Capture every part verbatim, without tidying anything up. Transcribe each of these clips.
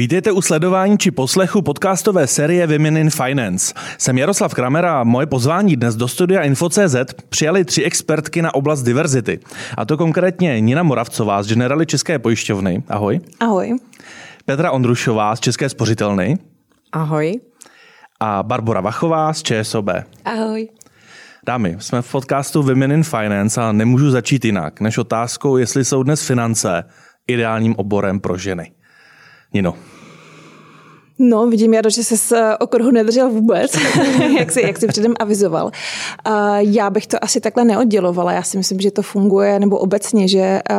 Vítejte u sledování či poslechu podcastové série Women in Finance. Jsem Jaroslav Kramer a moje pozvání dnes do studia Info tečka cé zet přijali tři expertky na oblast diverzity. A to konkrétně Nina Moravcová z Generali České pojišťovny. Ahoj. Ahoj. Petra Ondrušová z České spořitelny. Ahoj. A Barbora Vachová z ČSOB. Ahoj. Dámy, jsme v podcastu Women in Finance a nemůžu začít jinak, než otázkou, jestli jsou dnes finance ideálním oborem pro ženy. Nino. No, vidím, Jaro, že ses okruhu nedržel vůbec, jak jsi, jak jsi předem avizoval. Uh, já bych to asi takhle neoddělovala. Já si myslím, že to funguje, nebo obecně, že uh,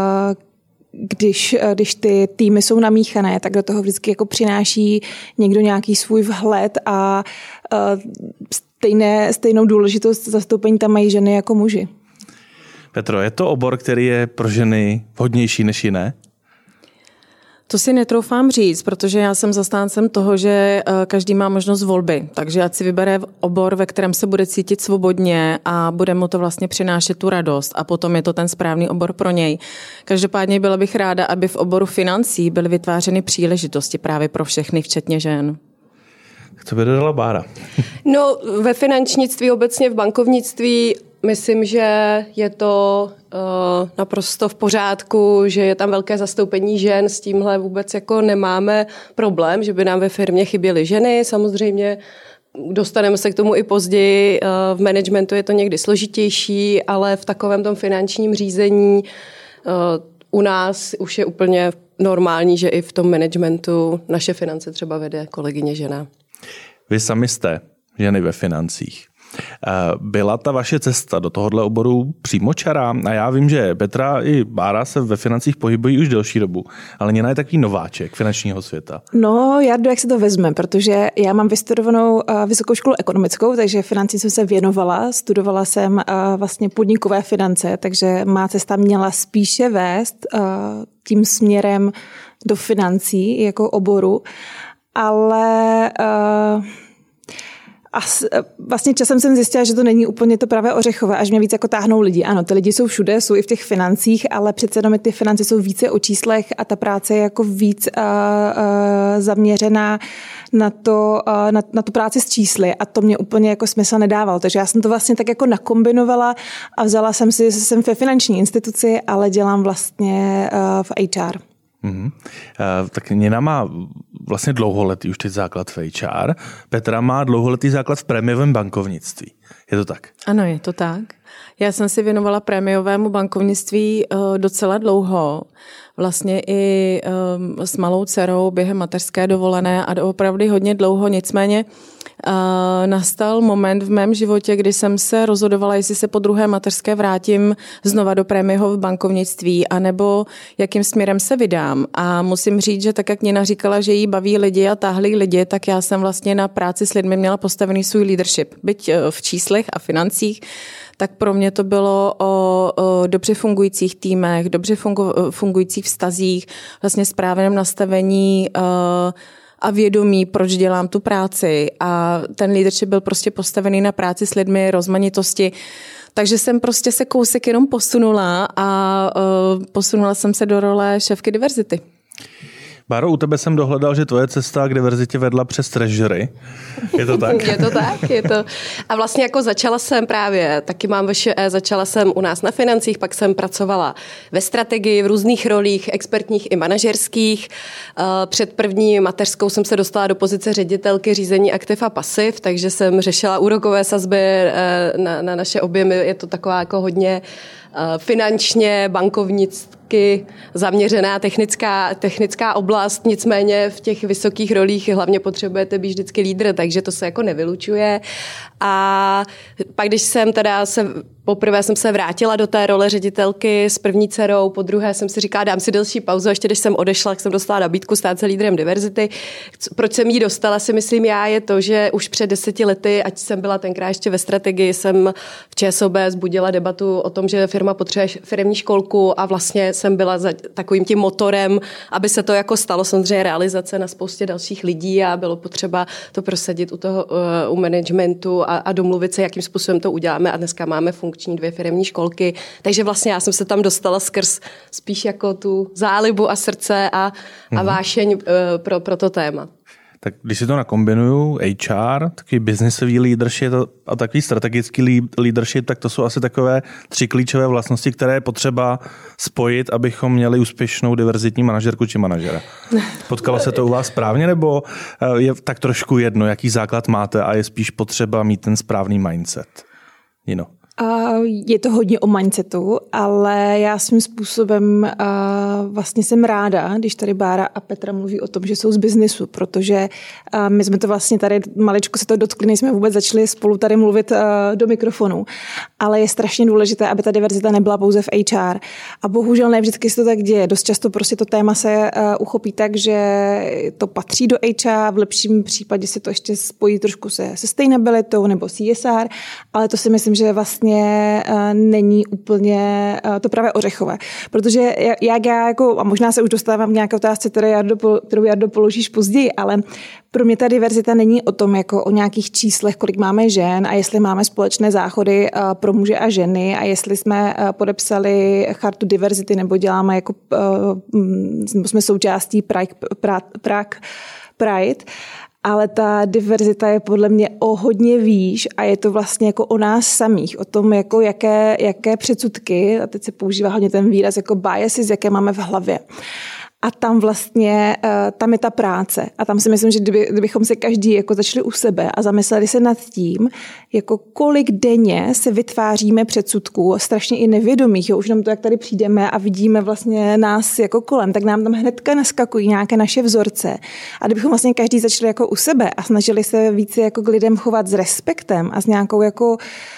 když, když ty týmy jsou namíchané, tak do toho vždycky jako přináší někdo nějaký svůj vhled a uh, stejné, stejnou důležitost zastoupení tam mají ženy jako muži. Petro, je to obor, který je pro ženy vhodnější než jiné? To si netroufám říct, protože já jsem zastáncem toho, že každý má možnost volby. Takže ať si vybere obor, ve kterém se bude cítit svobodně a bude mu to vlastně přinášet tu radost a potom je to ten správný obor pro něj. Každopádně byla bych ráda, aby v oboru financí byly vytvářeny příležitosti právě pro všechny, včetně žen. Co by dodala Bára? No, ve finančnictví, obecně v bankovnictví, myslím, že je to uh, naprosto v pořádku, že je tam velké zastoupení žen, s tímhle vůbec jako nemáme problém, že by nám ve firmě chyběly ženy. Samozřejmě dostaneme se k tomu i později, uh, v managementu je to někdy složitější, ale v takovém tom finančním řízení uh, u nás už je úplně normální, že i v tom managementu naše finance třeba vede kolegyně žena. Vy sami jste ženy ve financích. Byla ta vaše cesta do tohohle oboru přímočará? A já vím, že Petra i Bára se ve financích pohybují už delší dobu, ale Nina je takový nováček finančního světa. No, Jardo, jak se to vezme, protože já mám vystudovanou vysokou školu ekonomickou, takže financí jsem se věnovala, studovala jsem vlastně podnikové finance, takže má cesta měla spíše vést tím směrem do financí jako oboru, ale a vlastně časem jsem zjistila, že to není úplně to pravé ořechové, až mě víc jako táhnou lidi. Ano, ty lidi jsou všude, jsou i v těch financích, ale přece jenom ty finance jsou více o číslech a ta práce je jako víc uh, uh, zaměřená na, to, uh, na, na tu práci s čísly a to mě úplně jako smysl nedávalo. Takže já jsem to vlastně tak jako nakombinovala a vzala jsem si, že jsem ve finanční instituci, ale dělám vlastně uh, v H R. Mm-hmm. Uh, tak Nina má vlastně dlouholetý už teď základ v H R. Petra má dlouholetý základ v prémiovém bankovnictví. Je to tak? Ano, je to tak. Já jsem si věnovala prémiovému bankovnictví uh, docela dlouho. Vlastně i um, s malou dcerou během mateřské dovolené a opravdu hodně dlouho. Nicméně uh, nastal moment v mém životě, kdy jsem se rozhodovala, jestli se po druhé mateřské vrátím znova do prémiového bankovnictví, anebo jakým směrem se vydám. A musím říct, že tak, jak Nina říkala, že jí baví lidi a táhlí lidi, tak já jsem vlastně na práci s lidmi měla postavený svůj leadership. Byť v číslech a financích, tak pro mě to bylo o, o dobře fungujících týmech, dobře fungu, fungujících vztazích, vlastně správném nastavení uh, a vědomí, proč dělám tu práci. A ten leadership byl prostě postavený na práci s lidmi, rozmanitosti. Takže jsem prostě se kousek jenom posunula a uh, posunula jsem se do role šéfky diverzity. Báro, u tebe jsem dohledal, že tvoje cesta k diverzitě vedla přes treasury. Je to tak? Je to tak, je to. A vlastně jako začala jsem právě, taky mám ve ŠE, začala jsem u nás na financích, pak jsem pracovala ve strategii, v různých rolích, expertních i manažerských. Před první mateřskou jsem se dostala do pozice ředitelky řízení aktiv a pasiv, takže jsem řešila úrokové sazby na, na naše objemy. Je to taková jako hodně finančně, bankovnicky zaměřená technická, technická oblast, nicméně v těch vysokých rolích hlavně potřebujete být vždycky lídr, takže to se jako nevylučuje. A pak, když jsem teda se, poprvé jsem se vrátila do té role ředitelky s první dcerou, po druhé jsem si říkala, dám si delší pauzu, ještě když jsem odešla, tak jsem dostala nabídku stát se lídrem diverzity. Proč jsem jí dostala, si myslím já, je to, že už před deseti lety, ať jsem byla tenkrát ještě ve strategii, jsem v ČSOB zbudila debatu o tom, že firma potřebuje firemní školku a vlastně jsem byla za takovým tím motorem, aby se to jako stalo, samozřejmě realizace na spoustě dalších lidí a bylo potřeba to prosadit u toho uh, u managementu a, a domluvit se, jakým způsobem to uděláme a dneska máme funkční antikorupční dvě firemní školky, takže vlastně já jsem se tam dostala skrz spíš jako tu zálibu a srdce a, a vášeň uh, pro, pro to téma. Tak když si to nakombinuju, H R, takový businessový leadership a takový strategický leadership, tak to jsou asi takové tři klíčové vlastnosti, které je potřeba spojit, abychom měli úspěšnou diverzitní manažerku či manažera. Potkalo se to u vás správně, nebo je tak trošku jedno, jaký základ máte a je spíš potřeba mít ten správný mindset? Nino. Uh, je to hodně o mindsetu, ale já svým způsobem uh, vlastně jsem ráda, když tady Bára a Petra mluví o tom, že jsou z biznisu, protože uh, my jsme to vlastně tady maličko se to dotkli, než jsme vůbec začali spolu tady mluvit uh, do mikrofonu, ale je strašně důležité, aby ta diverzita nebyla pouze v H R. A bohužel ne vždycky se to tak děje. Dost často prostě to téma se uh, uchopí tak, že to patří do H R, v lepším případě se to ještě spojí trošku se sustainabilitou nebo C S R, ale to si myslím, že vlastně není úplně to právě ořechové. Protože jak já, jako, a možná se už dostávám k nějaké otázce, kterou Jardo, kterou Jardo položíš později, ale pro mě ta diverzita není o tom, jako o nějakých číslech, kolik máme žen a jestli máme společné záchody pro muže a ženy a jestli jsme podepsali chartu diverzity nebo děláme jako, nebo jsme součástí Prague, Prague Pride, ale ta diverzita je podle mě o hodně výš a je to vlastně jako o nás samých, o tom, jako jaké, jaké předsudky, a teď se používá hodně ten výraz jako biases, jaké máme v hlavě. A tam vlastně, tam je ta práce. A tam si myslím, že kdyby, kdybychom se každý jako začali u sebe a zamysleli se nad tím, jako kolik denně se vytváříme předsudků, strašně i nevědomých, jo, už nám to, jak tady přijdeme a vidíme vlastně nás jako kolem, tak nám tam hnedka naskakují nějaké naše vzorce. A kdybychom vlastně každý začali jako u sebe a snažili se více jako k lidem chovat s respektem a s nějakou jako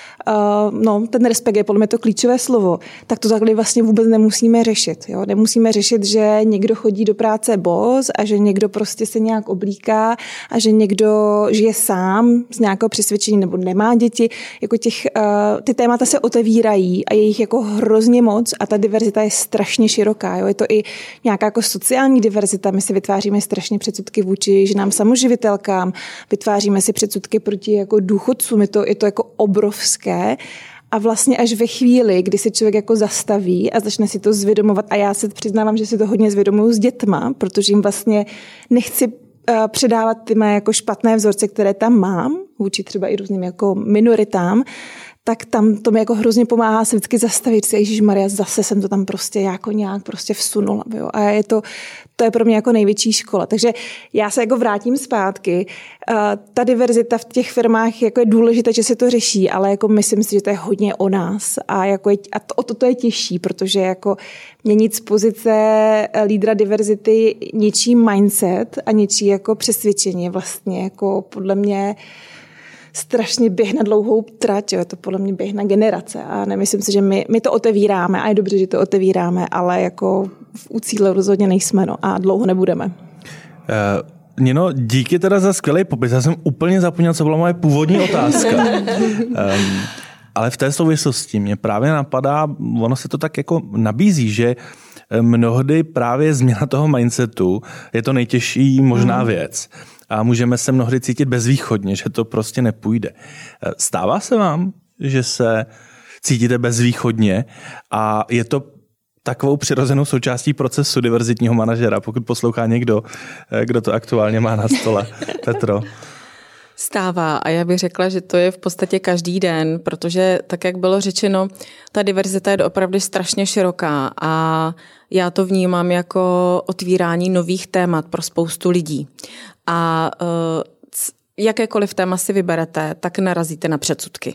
Uh, no, ten respekt je podle mě to klíčové slovo, tak to takhle vlastně vůbec nemusíme řešit. Jo? Nemusíme řešit, že někdo chodí do práce boss a že někdo prostě se nějak oblíká a že někdo žije sám z nějakého přesvědčení nebo nemá děti. Jako těch, uh, ty témata se otevírají a je jich jako hrozně moc a ta diverzita je strašně široká. Jo? Je to i nějaká jako sociální diverzita. My si vytváříme strašně předsudky vůči ženám samoživitelkám, vytváříme si předsudky proti jako důchodcům. Je to, je to jako obrovské. A vlastně až ve chvíli, kdy se člověk jako zastaví a začne si to zvědomovat, a já se přiznávám, že si to hodně zvědomuju s dětma, protože jim vlastně nechci předávat ty mé jako špatné vzorce, které tam mám, vůči třeba i různým jako minoritám, tak tam to mi jako hrozně pomáhá se vždycky zastavit si, ježišmarja, zase jsem to tam prostě jako nějak prostě vsunula. Jo? A je to, to je pro mě jako největší škola. Takže já se jako vrátím zpátky. Ta diverzita v těch firmách jako je důležité, že se to řeší, ale jako myslím si, že to je hodně o nás. A, jako je, a to, o to, to je těžší, protože jako měnit z pozice lídra diverzity něčí mindset a něčí jako přesvědčení vlastně jako podle mě strašně běh na dlouhou trať, jo. Je to podle mě běh na generace a nemyslím si, že my, my to otevíráme a je dobře, že to otevíráme, ale jako u cíle rozhodně nejsme no, a dlouho nebudeme. Uh, Nino, díky teda za skvělý popis. Já jsem úplně zapomněl, co byla moje původní otázka. um, ale v té souvislosti mě právě napadá, ono se to tak jako nabízí, že mnohdy právě změna toho mindsetu je to nejtěžší možná věc. A můžeme se mnohdy cítit bezvýchodně, že to prostě nepůjde. Stává se vám, že se cítíte bezvýchodně a je to takovou přirozenou součástí procesu diverzitního manažera, pokud poslouchá někdo, kdo to aktuálně má na stole. Petro. Stává a já bych řekla, že to je v podstatě každý den, protože tak, jak bylo řečeno, ta diverzita je opravdu strašně široká a já to vnímám jako otvírání nových témat pro spoustu lidí. A uh, jakékoliv téma si vyberete, tak narazíte na předsudky.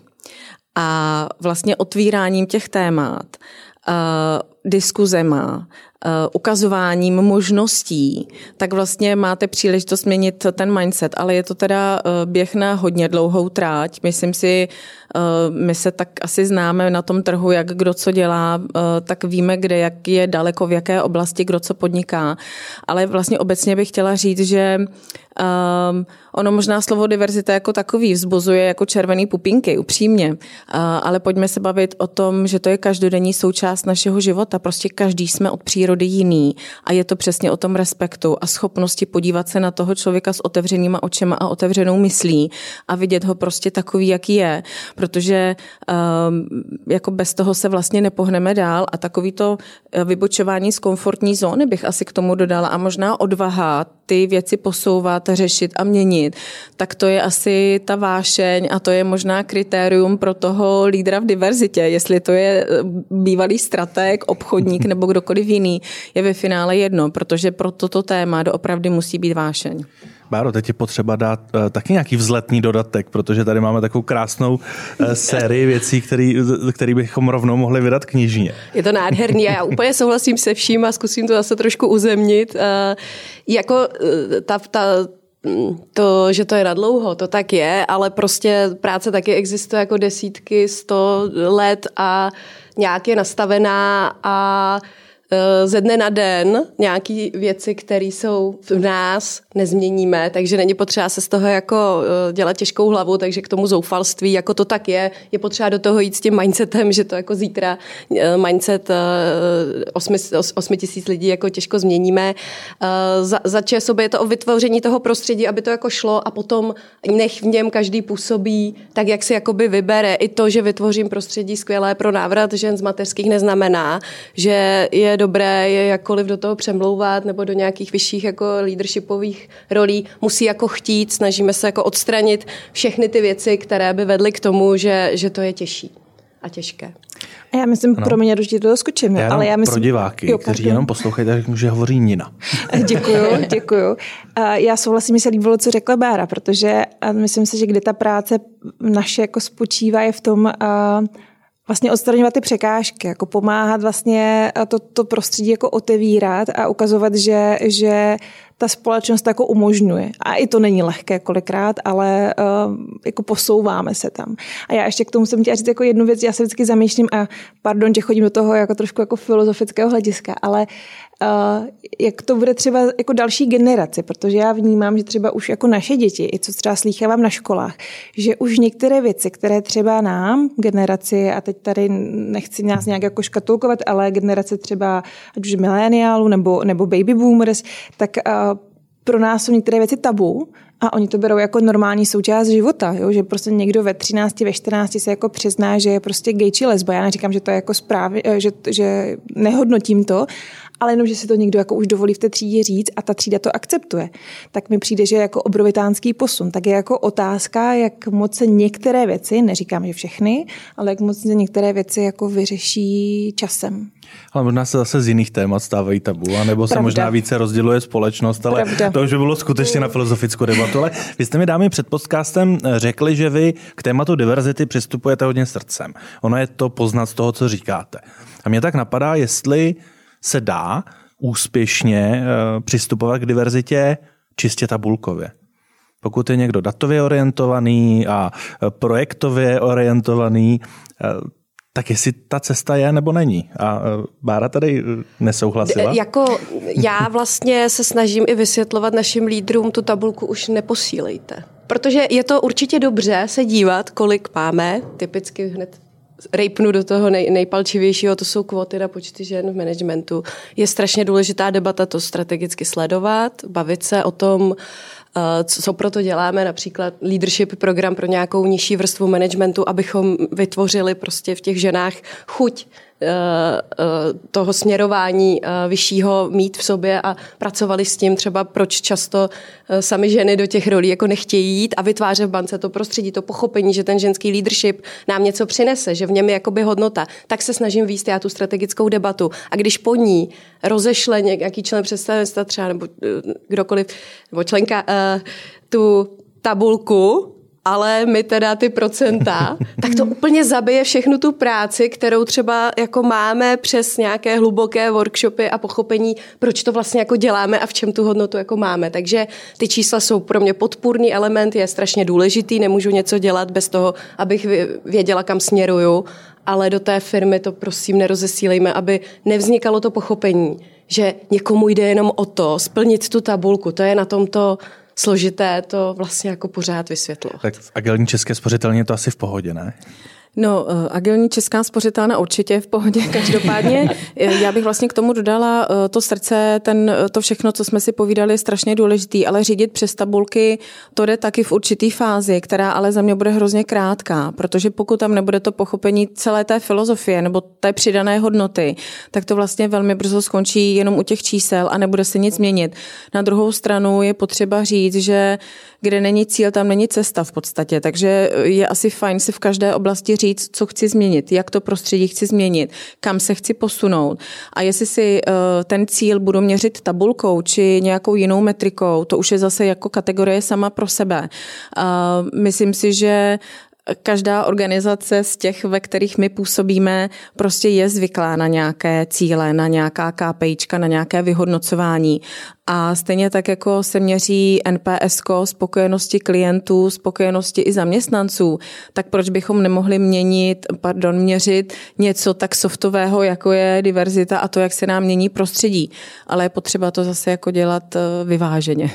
A vlastně otvíráním těch témat, uh, diskuzema, uh, ukazováním možností, tak vlastně máte příležitost změnit ten mindset, ale je to teda uh, běh na hodně dlouhou tráť. Myslím si, uh, my se tak asi známe na tom trhu, jak kdo co dělá, uh, tak víme, kde, jak je daleko, v jaké oblasti, kdo co podniká. Ale vlastně obecně bych chtěla říct, že Um, ono možná slovo diverzita jako takový vzbuzuje jako červený pupínky, upřímně, uh, ale pojďme se bavit o tom, že to je každodenní součást našeho života. Prostě každý jsme od přírody jiný a je to přesně o tom respektu a schopnosti podívat se na toho člověka s otevřenýma očima a otevřenou myslí a vidět ho prostě takový, jaký je, protože um, jako bez toho se vlastně nepohneme dál a takový to vybočování z komfortní zóny bych asi k tomu dodala a možná odvaha ty věci posouvat, řešit a měnit, tak to je asi ta vášeň a to je možná kritérium pro toho lídra v diverzitě. Jestli to je bývalý stratég, obchodník nebo kdokoliv jiný, je ve finále jedno, protože pro toto téma doopravdy musí být vášeň. Báro, teď je potřeba dát uh, taky nějaký vzletný dodatek, protože tady máme takovou krásnou uh, sérii věcí, který, který bychom rovnou mohli vydat knižně. Je to nádherný a já úplně souhlasím se vším a zkusím to zase trošku uzemnit. Uh, jako uh, ta, ta to, že to je nadlouho, to tak je, ale prostě práce taky existuje jako desítky, sto let a nějak je nastavená a ze dne na den nějaké věci, které jsou v nás, nezměníme, takže není potřeba se z toho jako dělat těžkou hlavu, takže k tomu zoufalství, jako to tak je, je potřeba do toho jít s tím mindsetem, že to jako zítra mindset osmi, osmi tisíc lidí jako těžko změníme. Za, za ČSOB je to o vytvoření toho prostředí, aby to jako šlo a potom nech v něm každý působí tak, jak si jakoby vybere. I to, že vytvořím prostředí skvělé pro návrat žen z mateřských, neznamená, že je dobré je jakkoliv do toho přemlouvat nebo do nějakých vyšších jako leadershipových rolí. Musí jako chtít, snažíme se jako odstranit všechny ty věci, které by vedly k tomu, že, že to je těžší a těžké. A já myslím, ano. pro mě určitě to skočím. Já ale já myslím, pro diváky, jo, kteří jenom poslouchají, tak že hovoří Nina. Děkuju, děkuju. Já souhlasím, mi se líbilo, co řekla Bára, protože myslím si, že kde ta práce naše jako spočívá je v tom vlastně odstraňovat ty překážky, jako pomáhat vlastně to, to prostředí jako otevírat a ukazovat, že, že ta společnost to jako umožňuje. A i to není lehké kolikrát, ale uh, jako posouváme se tam. A já ještě k tomu jsem chtěla říct jako jednu věc, já se vždycky zamýšlím a pardon, že chodím do toho jako trošku jako filozofického hlediska, ale uh, jak to bude třeba jako další generace, protože já vnímám, že třeba už jako naše děti, i co třeba slýchávám na školách, že už některé věci, které třeba nám, generaci, a teď tady nechci nás nějak jako škatulkovat, ale generace třeba ať už mileniálů nebo, nebo baby boomers, tak uh, pro nás jsou některé věci tabu a oni to berou jako normální součást života, jo? Že prostě někdo ve třinácti, ve čtrnácti se jako přizná, že je prostě gay či lesba. Já neříkám, že to je jako správně, že, že nehodnotím to, ale jenom, že si to někdo jako už dovolí v té třídě říct a ta třída to akceptuje. Tak mi přijde, že je jako obrovitánský posun. Tak je jako otázka, jak moc se některé věci, neříkám, že všechny, ale jak moc se některé věci jako vyřeší časem. Ale možná se zase z jiných témat stávají tabu, anebo se Pravda. možná více rozděluje společnost, ale Pravda. To už by bylo skutečně na filozofickou debatu. Ale vy jste mi, dámy, před podcastem řekli, že vy k tématu diverzity přistupujete hodně srdcem. Ono je to poznat z toho, co říkáte. A mě tak napadá, jestli se dá úspěšně přistupovat k diverzitě čistě tabulkově. Pokud je někdo datově orientovaný a projektově orientovaný, tak jestli ta cesta je nebo není. A Bára tady nesouhlasila? Jako já vlastně se snažím i vysvětlovat našim lídrům, tu tabulku už neposílejte. Protože je to určitě dobře se dívat, kolik máme, typicky hned rejpnu do toho nej, nejpalčivějšího, to jsou kvóty na počty žen v managementu. Je strašně důležitá debata to strategicky sledovat, bavit se o tom, co proto děláme, například leadership program pro nějakou nižší vrstvu managementu, abychom vytvořili prostě v těch ženách chuť toho směrování vyššího mít v sobě a pracovali s tím třeba, proč často sami ženy do těch rolí jako nechtějí jít a vytvářet v bance to prostředí, to pochopení, že ten ženský leadership nám něco přinese, že v něm je jakoby hodnota. Tak se snažím vést já tu strategickou debatu. A když po ní rozešle nějaký člen představenstva třeba nebo kdokoliv, nebo členka uh, tu tabulku, ale my teda ty procenta, tak to úplně zabije všechnu tu práci, kterou třeba jako máme přes nějaké hluboké workshopy a pochopení, proč to vlastně jako děláme a v čem tu hodnotu jako máme. Takže ty čísla jsou pro mě podpůrný element, je strašně důležitý, nemůžu něco dělat bez toho, abych věděla, kam směruju, ale do té firmy to prosím nerozesílejme, aby nevznikalo to pochopení, že někomu jde jenom o to splnit tu tabulku, to je na tomto složité to vlastně jako pořád vysvětlovat. Tak v agilní české spořitelně je to asi v pohodě, ne? No, agilní česká spořitelna určitě je v pohodě. Každopádně já bych vlastně k tomu dodala to srdce, ten, to všechno, co jsme si povídali, je strašně důležitý, ale řídit přes tabulky, to jde taky v určitý fázi, která ale za mě bude hrozně krátká, protože pokud tam nebude to pochopení celé té filozofie nebo té přidané hodnoty, tak to vlastně velmi brzo skončí jenom u těch čísel a nebude se nic měnit. Na druhou stranu je potřeba říct, že kde není cíl, tam není cesta v podstatě, takže je asi fajn si v každé oblasti říct, co chci změnit, jak to prostředí chci změnit, kam se chci posunout. A jestli si uh, ten cíl budu měřit tabulkou či nějakou jinou metrikou, to už je zase jako kategorie sama pro sebe. Uh, myslím si, že každá organizace z těch, ve kterých my působíme, prostě je zvyklá na nějaké cíle, na nějaká KPIčka, na nějaké vyhodnocování. A stejně tak, jako se měří N P S ko, spokojenosti klientů, spokojenosti i zaměstnanců, tak proč bychom nemohli měnit, pardon, měřit něco tak softového, jako je diverzita a to, jak se nám mění prostředí. Ale je potřeba to zase jako dělat vyváženě.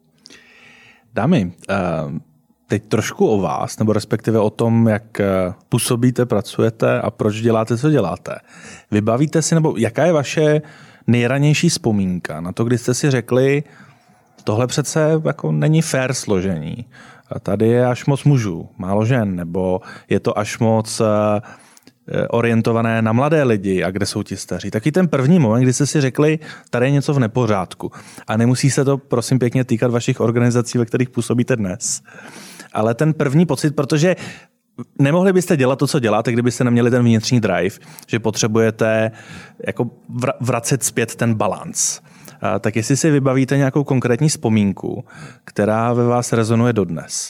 Dámy, uh... teď trošku o vás, nebo respektive o tom, jak působíte, pracujete a proč děláte, co děláte. Vybavíte si, nebo jaká je vaše nejranější vzpomínka na to, kdy jste si řekli, tohle přece jako není fair složení. A tady je až moc mužů, málo žen, nebo je to až moc orientované na mladé lidi a kde jsou ti staří. Taky ten první moment, kdy jste si řekli, tady je něco v nepořádku. A nemusí se to, prosím pěkně, týkat vašich organizací, ve kterých působíte dnes. Ale ten první pocit, protože nemohli byste dělat to, co děláte, kdybyste neměli ten vnitřní drive, že potřebujete jako vracet zpět ten balans. Tak jestli si vybavíte nějakou konkrétní vzpomínku, která ve vás rezonuje dodnes.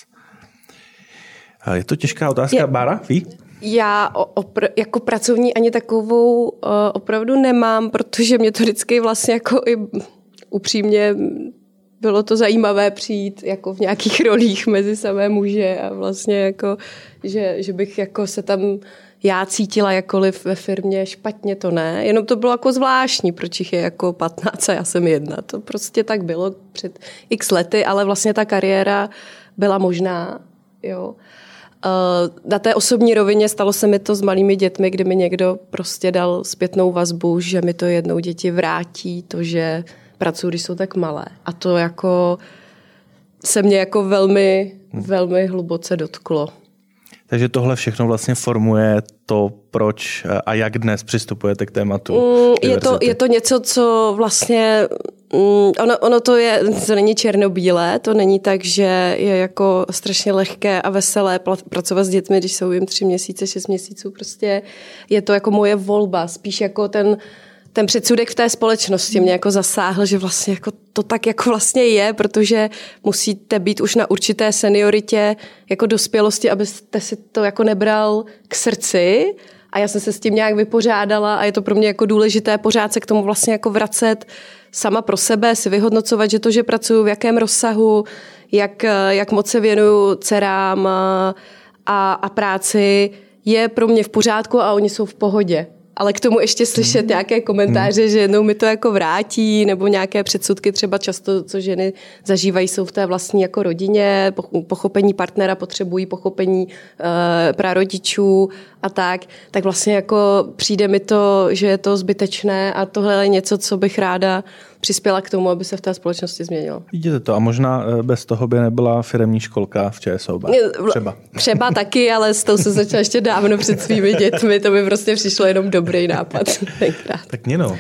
Je to těžká otázka, je, Bára? Ví? Já opr- jako pracovní ani takovou uh, opravdu nemám, protože mě to vždycky vlastně jako i upřímně bylo to zajímavé přijít jako v nějakých rolích mezi samé muže a vlastně jako, že, že bych jako se tam já cítila jakkoliv ve firmě špatně, to ne. Jenom to bylo jako zvláštní, proč jich je jako patnáct a já jsem jedna. To prostě tak bylo před x lety, ale vlastně ta kariéra byla možná, jo. Na té osobní rovině stalo se mi to s malými dětmi, kdy mi někdo prostě dal zpětnou vazbu, že mi to jednou děti vrátí, to, že pracuji, když jsou tak malé. A to jako se mě jako velmi, velmi hluboce dotklo. Takže tohle všechno vlastně formuje to, proč a jak dnes přistupujete k tématu mm, je to, je to něco, co vlastně mm, ono, ono to je, to není černobílé, to není tak, že je jako strašně lehké a veselé pracovat s dětmi, když jsou jim tři měsíce, šest měsíců, prostě je to jako moje volba, spíš jako ten ten předsudek v té společnosti mě jako zasáhl, že vlastně jako to tak jako vlastně je, protože musíte být už na určité senioritě jako dospělosti, abyste si to jako nebral k srdci a já jsem se s tím nějak vypořádala a je to pro mě jako důležité pořád se k tomu vlastně jako vracet sama pro sebe, si vyhodnocovat, že to, že pracuji v jakém rozsahu, jak, jak moc se věnuju dcerám a, a práci, je pro mě v pořádku a oni jsou v pohodě. Ale k tomu ještě slyšet hmm. nějaké komentáře, hmm. že jednou mi to jako vrátí, nebo nějaké předsudky třeba často, co ženy zažívají, jsou v té vlastní jako rodině, pochopení partnera, potřebují pochopení e, prarodičů a tak, tak vlastně jako přijde mi to, že je to zbytečné a tohle je něco, co bych ráda přispěla k tomu, aby se v té společnosti změnilo. Vidíte to a možná bez toho by nebyla firemní školka v ČSOB. Třeba. Třeba taky, ale s tou se začala ještě dávno před svými dětmi, to by prostě přišlo jenom dobrý nápad tenkrát. Tak Nino.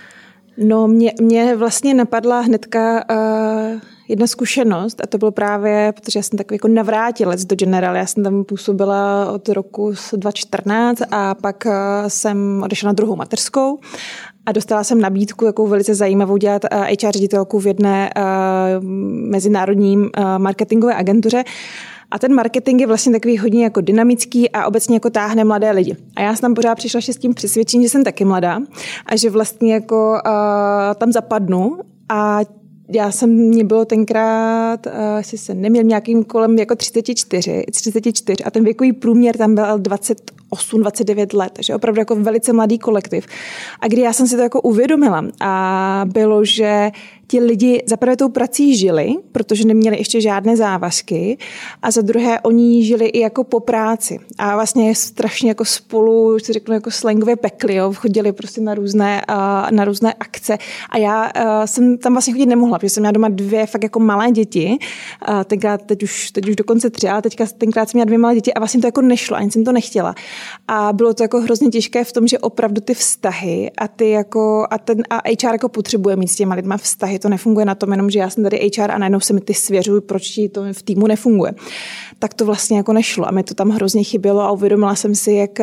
No mě, mě vlastně napadla hnedka uh, jedna zkušenost a to bylo právě, protože já jsem takový jako navrátilec do General. Já jsem tam působila od roku dva tisíce čtrnáct a pak uh, jsem odešla na druhou mateřskou a dostala jsem nabídku takovou velice zajímavou dělat uh, H R ředitelku v jedné uh, mezinárodní uh, marketingové agentuře. A ten marketing je vlastně takový hodně jako dynamický a obecně jako táhne mladé lidi. A já jsem tam pořád přišla s tím přesvědčením, že jsem taky mladá a že vlastně jako uh, tam zapadnu a já jsem, mě bylo tenkrát, uh, jestli se neměl nějakým kolem jako třicet čtyři, třicet čtyři a ten věkový průměr tam byl dvacet osm, dvacet devět let, takže opravdu jako velice mladý kolektiv. A kdy já jsem si to jako uvědomila a bylo, že ti lidi za prvé tou prací žili, protože neměli ještě žádné závazky a za druhé oni žili i jako po práci. A vlastně strašně jako spolu, si řeknu, jako slangově pekli, jo, chodili prostě na různé, uh, na různé akce. A já uh, jsem tam vlastně chodit nemohla, protože jsem měla doma dvě fakt jako malé děti. Uh, tenkrát, teď už, teď už dokonce tři, ale teďka, tenkrát jsem měla dvě malé děti a vlastně to jako nešlo, ani jsem to nechtěla. A bylo to jako hrozně těžké v tom, že opravdu ty vztahy a ty jako, a ten a H R jako potřebuje mít s těma lidma vztahy. To nefunguje na tom jenom, že já jsem tady H R a najednou se mi ty svěřuju, proč ti to v týmu nefunguje. Tak to vlastně jako nešlo a mi to tam hrozně chybělo a uvědomila jsem si, jak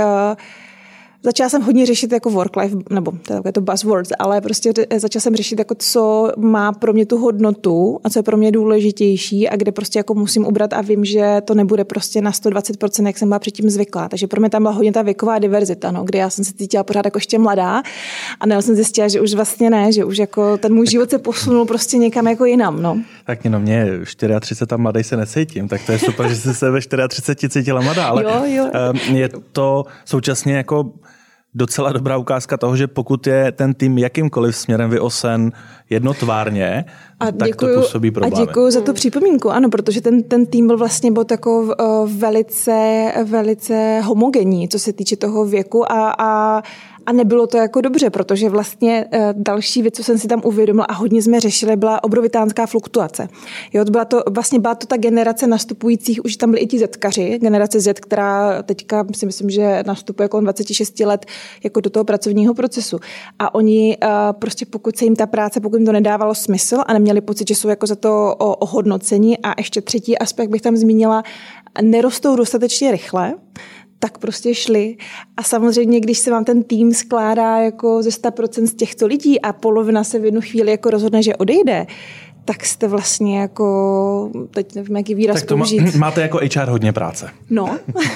začala jsem hodně řešit jako work-life, nebo to buzzwords, ale prostě začala jsem řešit, jako co má pro mě tu hodnotu a co je pro mě důležitější a kde prostě jako musím ubrat a vím, že to nebude prostě na sto dvacet procent, jak jsem byla předtím zvyklá. Takže pro mě tam byla hodně ta věková diverzita, no, kdy já jsem se cítila pořád jako ještě mladá a najednou jsem zjistila, že už vlastně ne, že už jako ten můj život se posunul prostě někam jako jinam, no. Tak no, mě třicet čtyři tam mladej se necítím, tak to je super, že jsi se ve třicet čtyři cítila mladá, ale jo, jo. je to současně jako docela dobrá ukázka toho, že pokud je ten tým jakýmkoliv směrem vyosen jednotvárně, a tak děkuju, to působí problémy. A děkuju za tu připomínku, ano, protože ten, ten tým byl vlastně byl takový uh, velice, velice homogenní, co se týče toho věku a, a A nebylo to jako dobře, protože vlastně další věc, co jsem si tam uvědomila a hodně jsme řešili, byla obrovitánská fluktuace. Jo, byla to, vlastně byla to ta generace nastupujících, už tam byli i ti zetkaři, generace Z, která teďka si myslím, že nastupuje kolem dvacet šest let jako do toho pracovního procesu. A oni prostě pokud se jim ta práce, pokud jim to nedávalo smysl a neměli pocit, že jsou jako za to ohodnocení. A ještě třetí aspekt bych tam zmínila, nerostou dostatečně rychle, tak prostě šli. A samozřejmě, když se vám ten tým skládá jako ze sto procent z těchto lidí a polovina se v jednu chvíli jako rozhodne, že odejde, tak jste vlastně jako, teď nevím, jaký výraz tak to použít. Má, máte jako H R hodně práce. No.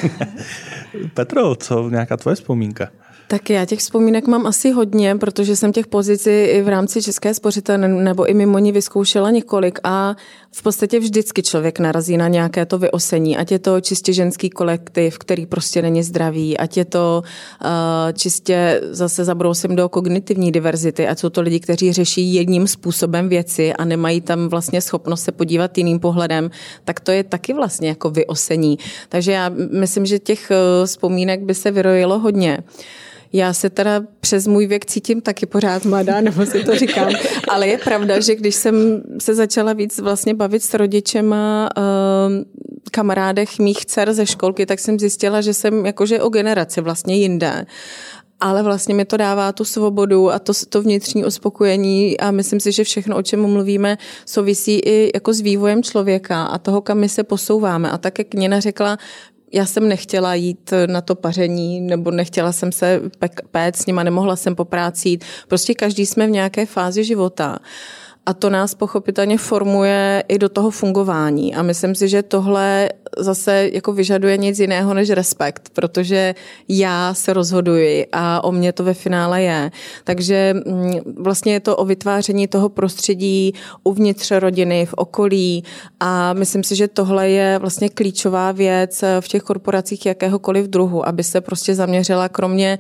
Petro, co nějaká tvoje vzpomínka? Tak já těch vzpomínek mám asi hodně, protože jsem těch pozic i v rámci České spořitelny nebo i mimo ní vyzkoušela několik a v podstatě vždycky člověk narazí na nějaké to vyosení, ať je to čistě ženský kolektiv, který prostě není zdravý, ať je to uh, čistě, zase zabrousím do kognitivní diverzity, ať jsou to lidi, kteří řeší jedním způsobem věci a nemají tam vlastně schopnost se podívat jiným pohledem, tak to je taky vlastně jako vyosení. Takže já myslím, že těch uh, vzpomínek by se vyrojilo hodně. Já se teda přes můj věk cítím taky pořád mladá, nebo si to říkám, ale je pravda, že když jsem se začala víc vlastně bavit s rodičema uh, kamarádech mých dcer ze školky, tak jsem zjistila, že jsem jakože o generaci vlastně jinde. Ale vlastně mi to dává tu svobodu a to, to vnitřní uspokojení a myslím si, že všechno, o čem mluvíme, souvisí i jako s vývojem člověka a toho, kam my se posouváme. A tak, jak Nina řekla, já jsem nechtěla jít na to paření, nebo nechtěla jsem se péct s nima, nemohla jsem po práci jít. Prostě každý jsme v nějaké fázi života. A to nás pochopitelně formuje i do toho fungování. A myslím si, že tohle zase jako vyžaduje nic jiného než respekt, protože já se rozhoduji a o mě to ve finále je. Takže vlastně je to o vytváření toho prostředí uvnitř rodiny, v okolí a myslím si, že tohle je vlastně klíčová věc v těch korporacích jakéhokoliv druhu, aby se prostě zaměřila kromě,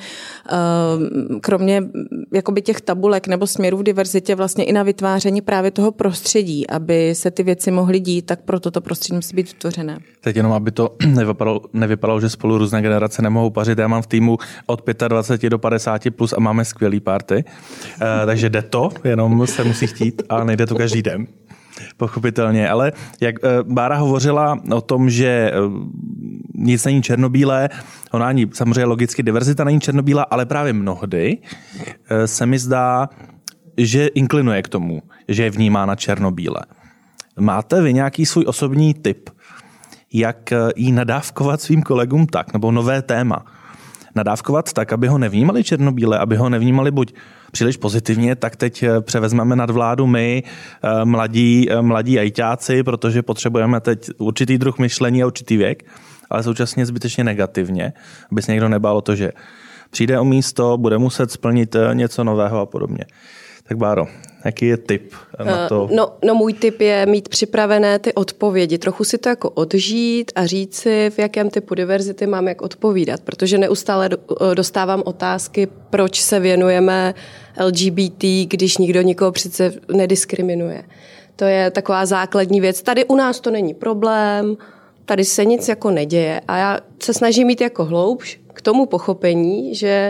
kromě jakoby těch tabulek nebo směrů v diverzitě vlastně i na vytváření právě toho prostředí, aby se ty věci mohly dít, tak proto to prostředí musí být vytvořené. Teď jenom, aby to nevypadalo, nevypadalo, že spolu různé generace nemohou pařit. Já mám v týmu od dvacet pět do padesáti plus a máme skvělý party. E, takže jde to, jenom se musí chtít a nejde to každý den. Pochopitelně, ale jak Bára hovořila o tom, že nic není černobílé, ona ani samozřejmě logicky diverzita není černobílá, ale právě mnohdy se mi zdá, že inklinuje k tomu, že je vnímána černobíle. Máte vy nějaký svůj osobní tip, jak jí nadávkovat svým kolegům tak, nebo nové téma? Nadávkovat tak, aby ho nevnímali černobíle, aby ho nevnímali buď příliš pozitivně, tak teď převezmeme nadvládu my, mladí, mladí ajťáci, protože potřebujeme teď určitý druh myšlení a určitý věk, ale současně zbytečně negativně, aby se někdo nebál o to, že přijde o místo, bude muset splnit něco nového a podobně. Tak Báro, jaký je tip na to? No, no můj tip je mít připravené ty odpovědi. Trochu si to jako odžít a říct si, v jakém typu diverzity mám jak odpovídat. Protože neustále dostávám otázky, proč se věnujeme L G B T, když nikdo nikoho přece nediskriminuje. To je taková základní věc. Tady u nás to není problém, tady se nic jako neděje. A já se snažím mít jako hloubš k tomu pochopení, že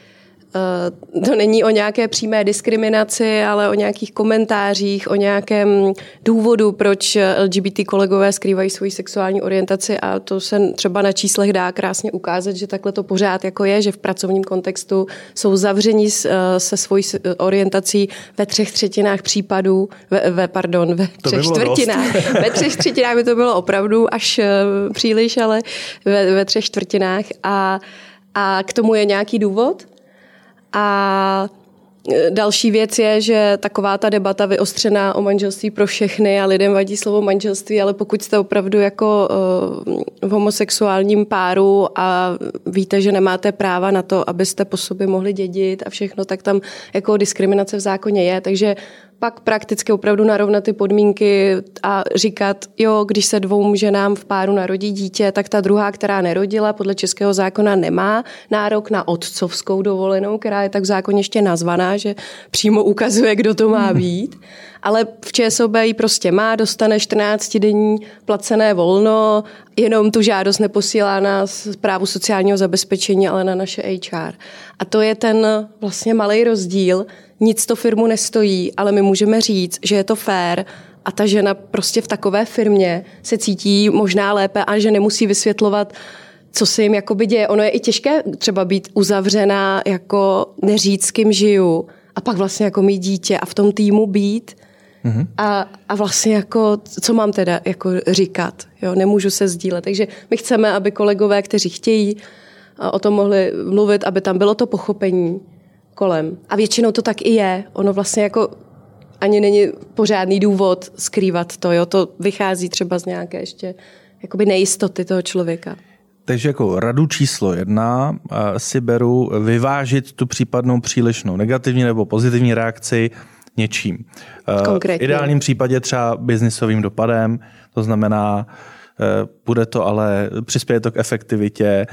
to není o nějaké přímé diskriminaci, ale o nějakých komentářích, o nějakém důvodu, proč L G B T kolegové skrývají svoji sexuální orientaci a to se třeba na číslech dá krásně ukázat, že takhle to pořád jako je, že v pracovním kontextu jsou zavření se svojí orientací ve třech třetinách případů, ve, ve pardon, ve to třech čtvrtinách. Ve třech třetinách by to bylo opravdu až příliš, ale ve, ve třech čtvrtinách a, a k tomu je nějaký důvod. A další věc je, že taková ta debata vyostřená o manželství pro všechny a lidem vadí slovo manželství, ale pokud jste opravdu jako uh, v homosexuálním páru a víte, že nemáte práva na to, abyste po sobě mohli dědit a všechno, tak tam jako diskriminace v zákoně je, takže pak prakticky opravdu narovnat ty podmínky a říkat, jo, když se dvou ženám v páru narodí dítě, tak ta druhá, která nerodila, podle českého zákona nemá nárok na otcovskou dovolenou, která je tak v zákoně ještě nazvaná, že přímo ukazuje, kdo to má být. Ale v ČSOB ji prostě má, dostane čtrnáctidenní placené volno, jenom tu žádost neposílá na správu sociálního zabezpečení, ale na naše H R. A to je ten vlastně malej rozdíl. Nic to firmu nestojí, ale my můžeme říct, že je to fair a ta žena prostě v takové firmě se cítí možná lépe a že nemusí vysvětlovat, co se jim jakoby děje. Ono je i těžké třeba být uzavřená, jako neříct, s kým žiju a pak vlastně jako mít dítě a v tom týmu být. Mm-hmm. A, a vlastně jako, co mám teda jako říkat, jo, nemůžu se sdílet. Takže my chceme, aby kolegové, kteří chtějí o tom mohli mluvit, aby tam bylo to pochopení kolem. A většinou to tak i je. Ono vlastně jako ani není pořádný důvod skrývat to, jo. To vychází třeba z nějaké ještě jakoby nejistoty toho člověka. Takže jako radu číslo jedna si beru vyvážit tu případnou přílišnou negativní nebo pozitivní reakci něčím. Konkrétně. V ideálním případě třeba biznisovým dopadem, to znamená, bude to ale, přispěje to k efektivitě,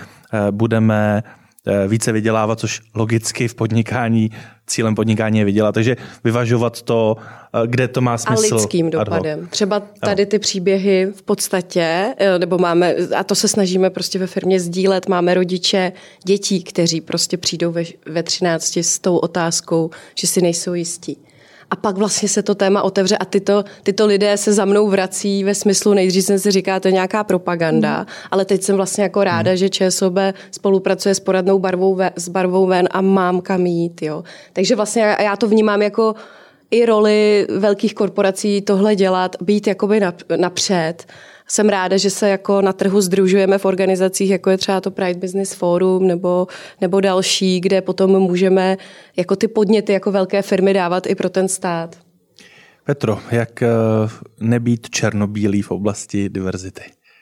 budeme více vydělávat, což logicky v podnikání, cílem podnikání je vydělat. Takže vyvažovat to, kde to má smysl. A lidským dopadem. Třeba tady ty příběhy v podstatě, nebo máme, a to se snažíme prostě ve firmě sdílet, máme rodiče dětí, kteří prostě přijdou ve, ve třinácti s tou otázkou, že si nejsou jistí. A pak vlastně se to téma otevře a tyto, tyto lidé se za mnou vrací ve smyslu, nejdřív jsem si říká, to je nějaká propaganda, mm. ale teď jsem vlastně jako ráda, mm. že ČSOB spolupracuje s poradnou barvou ve, s barvou ven a mám kam jít. Jo. Takže vlastně já to vnímám jako i roli velkých korporací tohle dělat, být jakoby napřed. Jsem ráda, že se jako na trhu sdružujeme v organizacích, jako je třeba to Pride Business Forum nebo, nebo další, kde potom můžeme jako ty podněty jako velké firmy dávat i pro ten stát. Petro, jak nebýt černobílý v oblasti diverzity?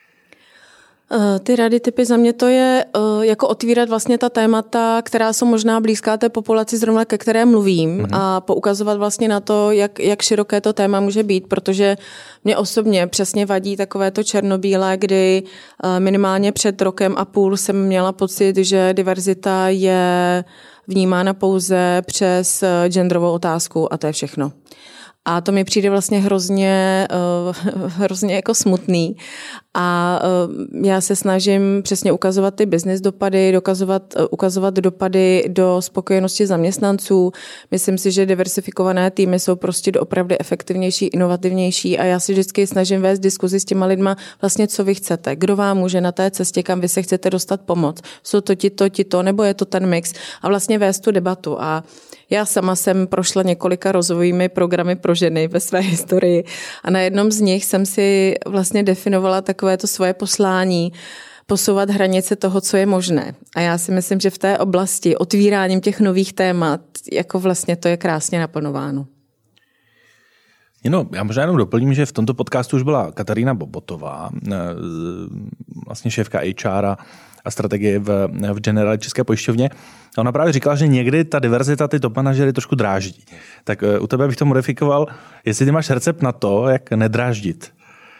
Ty rady typy za mě to je jako otvírat vlastně ta témata, která jsou možná blízká té populaci zrovna, ke které mluvím mm-hmm. a poukazovat vlastně na to, jak, jak široké to téma může být, protože mě osobně přesně vadí takové to černobílé, kdy minimálně před rokem a půl jsem měla pocit, že diverzita je vnímána pouze přes genderovou otázku a to je všechno. A to mi přijde vlastně hrozně, hrozně jako smutný. A já se snažím přesně ukazovat ty business dopady, dokazovat, ukazovat dopady do spokojenosti zaměstnanců. Myslím si, že diversifikované týmy jsou prostě opravdu efektivnější, inovativnější a já si vždycky snažím vést diskuzi s těma lidma vlastně, co vy chcete, kdo vám může na té cestě, kam vy se chcete dostat pomoct. Jsou to tito, tito, nebo je to ten mix a vlastně vést tu debatu. A já sama jsem prošla několika rozvojovými programy pro ženy ve své historii a na jednom z nich jsem si vlastně definovala takové to svoje poslání, posouvat hranice toho, co je možné. A já si myslím, že v té oblasti otvíráním těch nových témat, jako vlastně to je krásně naplnováno. No, já možná jenom doplním, že v tomto podcastu už byla Katarína Bobotová, vlastně šéfka H R a strategii v, v Generali České pojišťovně. A ona právě říkala, že někdy ta diverzita ty top manažery trošku dráždí. Tak u tebe bych to modifikoval, jestli ty máš recept na to, jak nedráždit.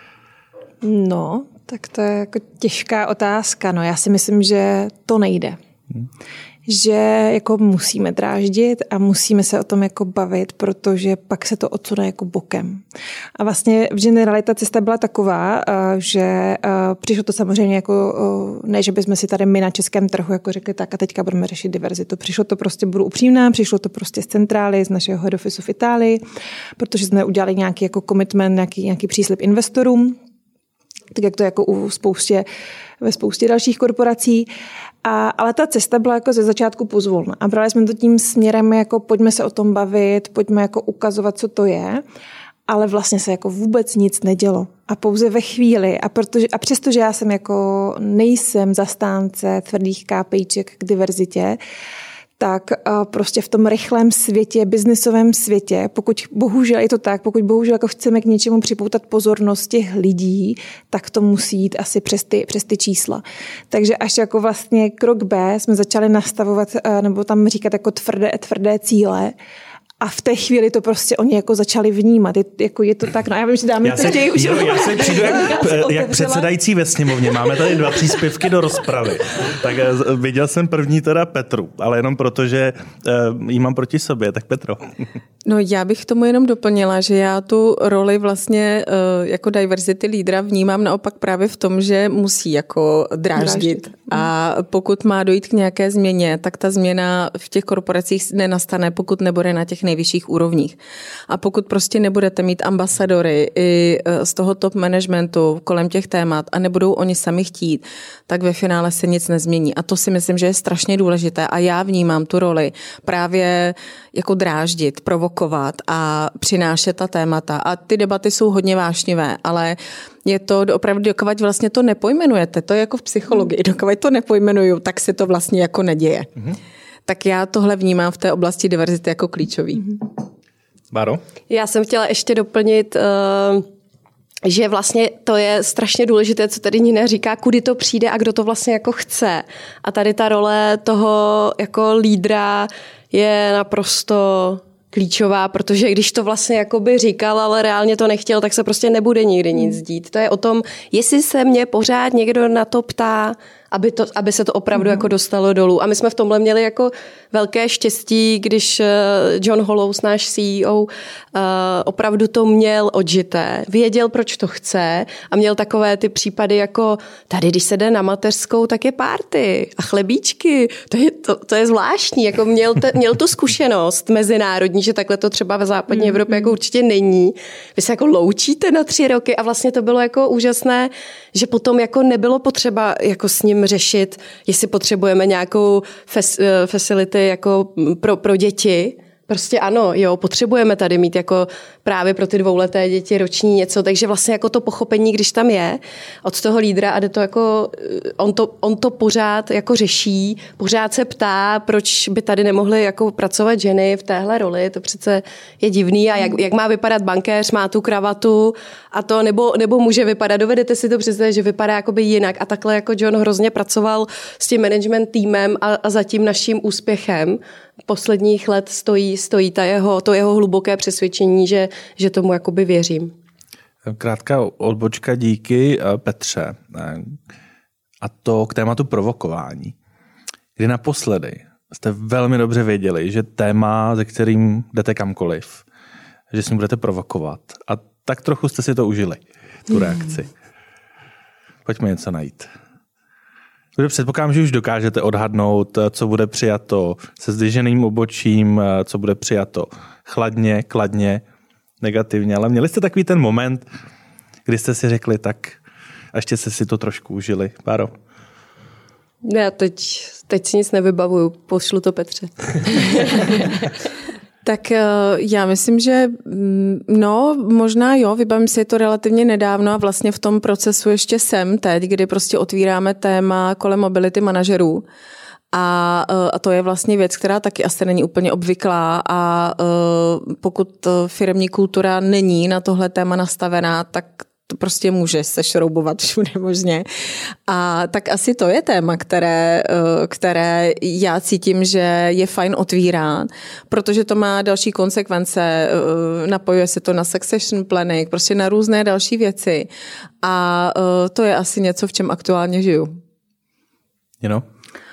No, tak to je jako těžká otázka. No, já si myslím, že to nejde. Hmm. Že jako musíme dráždit a musíme se o tom jako bavit, protože pak se to odsune jako bokem. A vlastně v Generali ta cesta byla taková, že přišlo to samozřejmě jako, ne, že bychom si tady my na českém trhu jako řekli tak a teďka budeme řešit diverzitu. Přišlo to prostě, budu upřímná, přišlo to prostě z centrály, z našeho head officeu v Itálii, protože jsme udělali nějaký jako commitment, nějaký, nějaký příslib investorům, tak jak to jako u spoustě, ve spoustě dalších korporací. A, ale ta cesta byla jako ze začátku pozvolna. A brali jsme to tím směrem, jako pojďme se o tom bavit, pojďme jako ukazovat, co to je. Ale vlastně se jako vůbec nic nedělo. A pouze ve chvíli, a, protože, a přestože já jsem jako nejsem zastánce tvrdých kápejček k diverzitě, tak prostě v tom rychlém světě, biznisovém světě, pokud bohužel je to tak, pokud bohužel jako chceme k něčemu připoutat pozornost těch lidí, tak to musí jít asi přes ty, přes ty čísla. Takže až jako vlastně krok B jsme začali nastavovat, nebo tam říkat jako tvrdé, tvrdé cíle, a v té chvíli to prostě oni jako začali vnímat. Je, jako je to tak, no já vím, že dáme já to chtějí už. Já se přijdu jak, jak předsedající ve sněmovně. Máme tady dva příspěvky do rozpravy. Tak viděl jsem první teda Petru, ale jenom proto, že jí mám proti sobě. Tak Petro. No já bych k tomu jenom doplnila, že já tu roli vlastně jako diversity lídra vnímám naopak právě v tom, že musí jako dráždit. dráždit. A pokud má dojít k nějaké změně, tak ta změna v těch korporacích nenastane, pokud nebude na těch nejvyšších úrovních. A pokud prostě nebudete mít ambasadory i z toho top managementu kolem těch témat a nebudou oni sami chtít, tak ve finále se nic nezmění. A to si myslím, že je strašně důležité. A já vnímám tu roli právě jako dráždit, provokovat a přinášet ta témata. A ty debaty jsou hodně vášnivé, ale je to opravdu, dokud vlastně to nepojmenujete, to je jako v psychologii, dokud to nepojmenuju, tak se to vlastně jako neděje. Mm-hmm. Tak já tohle vnímám v té oblasti diverzity jako klíčový. Báro? Já jsem chtěla ještě doplnit, že vlastně to je strašně důležité, co tady Nina říká, kudy to přijde a kdo to vlastně jako chce. A tady ta role toho jako lídra je naprosto klíčová, protože když to vlastně jakoby říkal, ale reálně to nechtěl, tak se prostě nebude nikdy nic dít. To je o tom, jestli se mě pořád někdo na to ptá, aby, to, aby se to opravdu mm. jako dostalo dolů. A my jsme v tomhle měli jako velké štěstí, když John Hollows, náš C E O, uh, opravdu to měl odžité. Věděl, proč to chce a měl takové ty případy jako tady, když se jde na mateřskou, tak je party a chlebíčky. To je, to, to je zvláštní. Jako měl, te, měl tu zkušenost mezinárodní, že takhle to třeba ve západní mm. Evropě jako určitě není. Vy se jako loučíte na tři roky a vlastně to bylo jako úžasné, že potom jako nebylo potřeba jako s ním řešit, jestli potřebujeme nějakou facility jako pro, pro děti. Prostě ano, jo, potřebujeme tady mít jako právě pro ty dvouleté děti roční něco, takže vlastně jako to pochopení, když tam je od toho lídra a jde to jako, on to, on to pořád jako řeší, pořád se ptá, proč by tady nemohly jako pracovat ženy v téhle roli, to přece je divný a jak, jak má vypadat bankéř, má tu kravatu a to, nebo, nebo může vypadat, dovedete si to představit, že vypadá jakoby jinak a takhle jako John hrozně pracoval s tím management týmem a, a za tím naším úspěchem posledních let stojí, stojí ta jeho, to jeho hluboké přesvědčení, že, že tomu jakoby věřím. Krátká odbočka díky Petře. A to k tématu provokování. Kdy naposledy jste velmi dobře věděli, že téma, ze kterým jdete kamkoliv, že s ním budete provokovat. A tak trochu jste si to užili, tu reakci. Pojďme něco najít. Předpokládám, že už dokážete odhadnout, co bude přijato se zdviženým obočím, co bude přijato chladně, kladně, negativně. Ale měli jste takový ten moment, kdy jste si řekli, tak a ještě jste si to trošku užili. Báro? Já teď, teď si nic nevybavuju, pošlu to Petře. Tak já myslím, že no, možná jo, vybavím si to relativně nedávno a vlastně v tom procesu ještě jsem teď, kdy prostě otvíráme téma kolem mobility manažerů. A, a to je vlastně věc, která taky asi není úplně obvyklá a pokud firemní kultura není na tohle téma nastavená, tak to prostě může se šroubovat všude možně. A tak asi to je téma, které, které já cítím, že je fajn otvírat, protože to má další konsekvence, napojuje se to na succession planning, prostě na různé další věci. A to je asi něco, v čem aktuálně žiju. You know?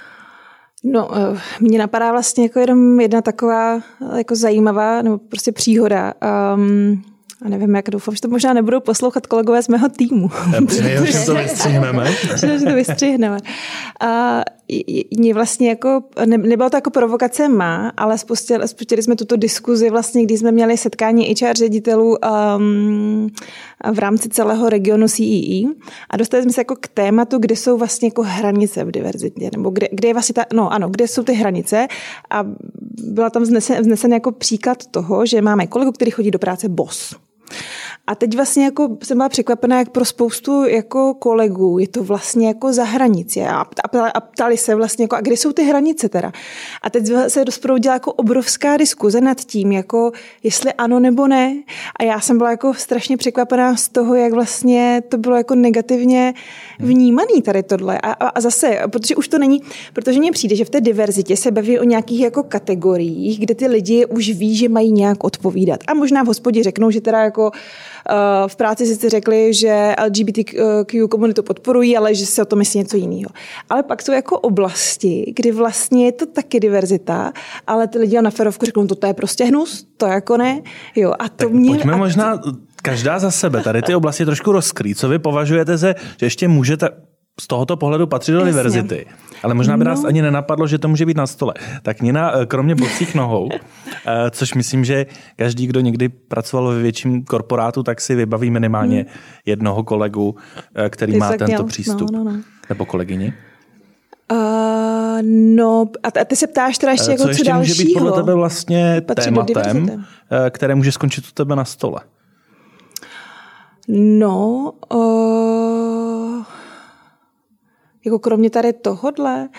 No, mně napadá vlastně jako jenom jedna taková jako zajímavá nebo prostě příhoda. Um, a nevím, jak doufám, že to možná nebudou poslouchat kolegové z mého týmu. Přeji, že to vystřihneme. Že to vystřihneme. A mě vlastně jako, ne, nebyla to jako provokace má, ale spustili, spustili jsme tuto diskuzi vlastně, když jsme měli setkání H R ředitelů um, v rámci celého regionu C E E a dostali jsme se jako k tématu, kde jsou vlastně jako hranice v diverzitě, nebo kde, kde je vlastně ta, no ano, kde jsou ty hranice a byla tam vznesen, vznesen jako příklad toho, že máme kolegu, který chodí do práce boss. A teď vlastně jako jsem byla překvapená, jak pro spoustu jako kolegů je to vlastně jako za hranici. A, a ptali se vlastně, jako, a kde jsou ty hranice teda? A teď se rozproudila jako obrovská diskuze nad tím, jako jestli ano nebo ne. A já jsem byla jako strašně překvapená z toho, jak vlastně to bylo jako negativně vnímaný tady tohle. A, a, a zase, protože už to není, protože mně přijde, že v té diverzitě se baví o nějakých jako kategoriích, kde ty lidi už ví, že mají nějak odpovídat. A možná v hospodě řeknou, že teda jako v práci sice řekli, že L G B T Q komunitu podporují, ale že se o to myslí něco jiného. Ale pak jsou jako oblasti, kdy vlastně je to taky diverzita, ale ty lidi na ferovku řeknou, to je prostě hnus, to jako ne. Jo, a to tak mě, pojďme a možná každá za sebe. Tady ty oblasti trošku rozkrýt. Co vy považujete, že ještě můžete z tohoto pohledu patřit do Jasně. diverzity? Ale možná by nás no. ani nenapadlo, že to může být na stole. Tak Nina, kromě bocích nohou, což myslím, že každý, kdo někdy pracoval ve větším korporátu, tak si vybaví minimálně hmm. jednoho kolegu, který Ty má tak tento měl. přístup. No, no, no. Nebo kolegyni. Uh, no, a ty se ptáš teda ještě, co jako co ještě dalšího? může být podle tebe vlastně Patří do tématem, diverzity. které může skončit u tebe na stole? No, uh, jako kromě tady tohodle,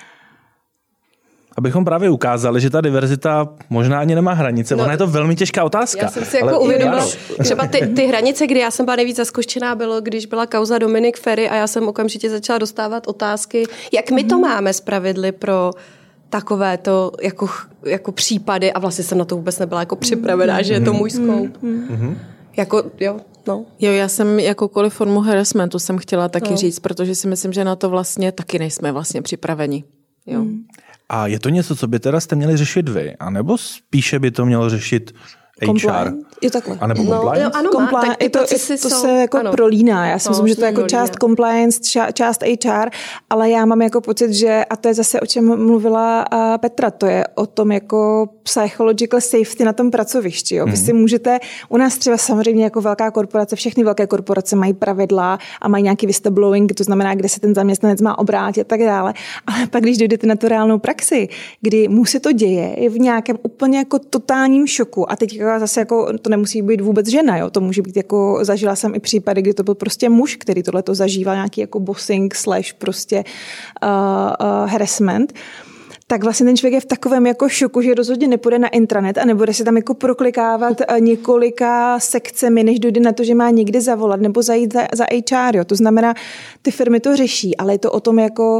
Abychom právě ukázali, že ta diverzita možná ani nemá hranice. No, ona je to velmi těžká otázka. Já jsem si jako uvědomila, třeba ty, ty hranice, kdy já jsem byla nejvíc zaskočená, bylo, když byla kauza Dominik Ferry a já jsem okamžitě začala dostávat otázky, jak my to máme zpravidly pro takovéto jako, jako případy a vlastně jsem na to vůbec nebyla jako připravená, že je to můj scope. Mm-hmm. Jako, jo, no. Jo, já jsem jakoukoliv formu harassmentu jsem chtěla taky no. říct, protože si myslím, že na to vlastně taky nejsme vlastně připraveni. Jo. Mm. A je to něco, co by teda jste měli řešit vy? A nebo spíše by to mělo řešit H R? Je takhle. A nebo no, compliance? Jo, ano, Compli- má, tak ty to, procesy to jsou, se jako ano. prolíná. Já si no, myslím, že to je jako prolíná. část compliance, ča, část H R, ale já mám jako pocit, že, a to je zase o čem mluvila uh, Petra, to je o tom jako psychological safety na tom pracovišti. Jo. Vy si můžete, u nás třeba samozřejmě jako velká korporace, všechny velké korporace mají pravidla a mají nějaký whistleblowing, to znamená, kde se ten zaměstnanec má obrátit a tak dále. Ale pak, když dojdete na tu reálnou praxi, kdy mu se to děje, je v nějakém úplně jako totálním šoku a teď zase jako to nemusí být vůbec žena, jo. To může být jako, zažila jsem i případy, kdy to byl prostě muž, který tohleto zažíval, nějaký jako bossing slash prostě uh, uh, harassment. Tak vlastně ten člověk je v takovém jako šoku, že rozhodně nepůjde na intranet a nebude se tam jako proklikávat několika sekcemi, než dojde na to, že má někde zavolat nebo zajít za, za H R. Jo. To znamená, ty firmy to řeší, ale je to o tom jako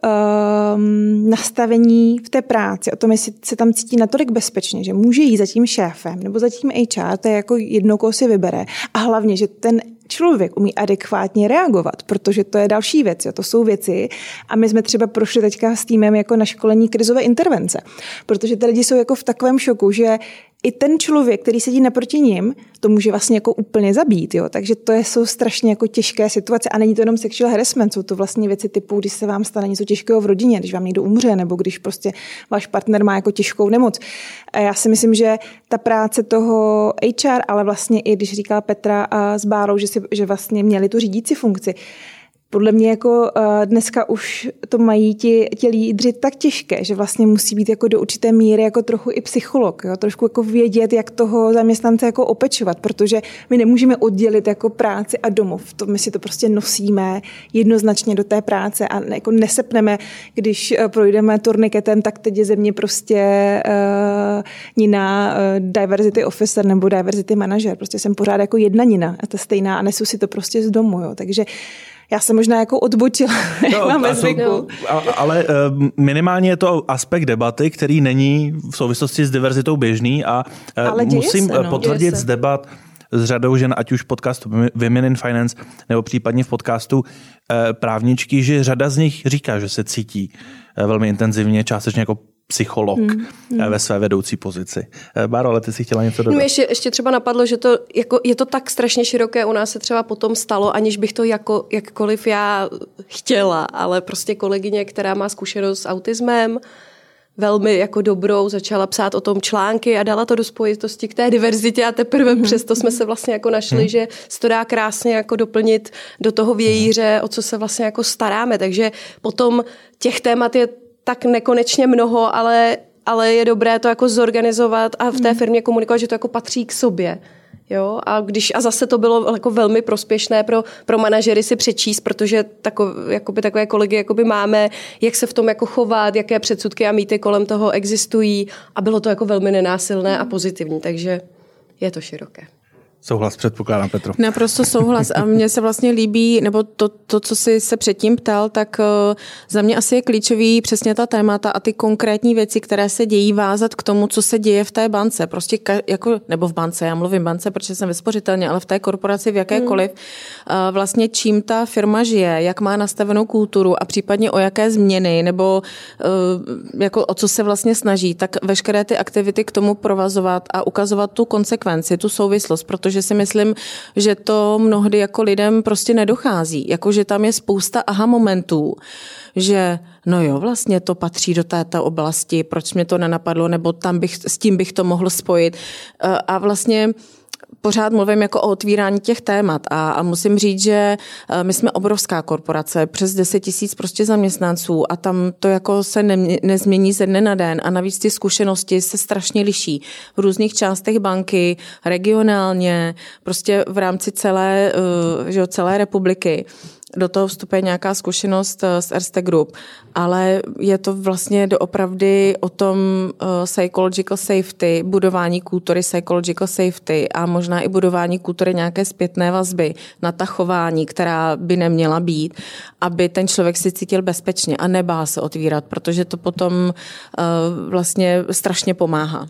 um, nastavení v té práci, o tom, jestli se tam cítí natolik bezpečně, že může jít za tím šéfem nebo za tím H R, to je jako jedno, koho si vybere. A hlavně, že ten člověk umí adekvátně reagovat, protože to je další věc, jo, to jsou věci. A my jsme třeba prošli teďka s týmem jako na školení krizové intervence, protože ty lidi jsou jako v takovém šoku, že i ten člověk, který sedí naproti nim, to může vlastně jako úplně zabít, jo. Takže to je, jsou strašně jako těžké situace a není to jenom sexual harassment, jsou to vlastně věci typu, když se vám stane něco těžkého v rodině, když vám někdo umře nebo když prostě váš partner má jako těžkou nemoc. A já si myslím, že ta práce toho H R, ale vlastně i když říkala Petra a s Bárou, že, si, že vlastně měli tu řídící funkci, podle mě jako dneska už to mají ti, ti lídři tak těžké, že vlastně musí být jako do určité míry jako trochu i psycholog, jo? Trošku jako vědět, jak toho zaměstnance jako opečovat, protože my nemůžeme oddělit jako práci a domov. To my si to prostě nosíme jednoznačně do té práce a jako nesepneme, když projdeme turniketem, tak teď je ze mě prostě uh, Nina uh, diversity officer nebo diversity manager. Prostě jsem pořád jako jedna Nina a ta stejná a nesu si to prostě z domu, jo? Takže já jsem možná jako odbočila, no, mám ve zvyku. Ale minimálně je to aspekt debaty, který není v souvislosti s diverzitou běžný a ale musím se, no. potvrdit z debat s řadou žen, ať už v podcastu Women in Finance nebo případně v podcastu Právničky, že řada z nich říká, že se cítí velmi intenzivně, částečně jako psycholog hmm, hmm. ve své vedoucí pozici. Báro, ale ty jsi chtěla něco dodat? No ještě, ještě třeba napadlo, že to, jako, je to tak strašně široké, u nás se třeba potom stalo, aniž bych to jako, jakkoliv já chtěla, ale prostě kolegyně, která má zkušenost s autismem, velmi jako dobrou, začala psát o tom články a dala to do spojitosti k té diverzitě a teprve hmm. přesto jsme se vlastně jako našli, hmm. že se to dá krásně jako doplnit do toho vějíře, o co se vlastně jako staráme. Takže potom těch témat je tak nekonečně mnoho, ale, ale je dobré to jako zorganizovat a v té firmě komunikovat, že to jako patří k sobě. Jo? A, když, a zase to bylo jako velmi prospěšné pro, pro manažery si přečíst, protože tako, jakoby takové kolegy jakoby máme, jak se v tom jako chovat, jaké předsudky a mýty kolem toho existují a bylo to jako velmi nenásilné a pozitivní, takže je to široké. Souhlas, předpokládám, Petro. Naprosto souhlas a mně se vlastně líbí, nebo to, to, co jsi se předtím ptal, tak uh, za mě asi je klíčový přesně ta témata a ty konkrétní věci, které se dějí, vázat k tomu, co se děje v té bance. Prostě ka- jako, nebo v bance, já mluvím bance, protože jsem ve spořitelně, ale v té korporaci v jakékoliv, hmm. uh, vlastně čím ta firma žije, jak má nastavenou kulturu a případně o jaké změny, nebo uh, jako o co se vlastně snaží, tak veškeré ty aktivity k tomu provazovat a ukazovat tu konsekvenci, tu souvislost, protože že si myslím, že to mnohdy jako lidem prostě nedochází. Jakože tam je spousta aha momentů, že no jo, vlastně to patří do této oblasti, proč mě to nenapadlo, nebo tam bych, s tím bych to mohl spojit. A vlastně pořád mluvím jako o otvírání těch témat a, a musím říct, že my jsme obrovská korporace, přes deset tisíc prostě zaměstnanců a tam to jako se ne, nezmění ze dne na den a navíc ty zkušenosti se strašně liší v různých částech banky, regionálně, prostě v rámci celé, že, celé republiky. Do toho vstupuje nějaká zkušenost z Erste Group, ale je to vlastně doopravdy o tom psychological safety, budování kultury psychological safety a možná i budování kultury nějaké zpětné vazby na ta chování, která by neměla být, aby ten člověk si cítil bezpečně a nebál se otvírat, protože to potom vlastně strašně pomáhá.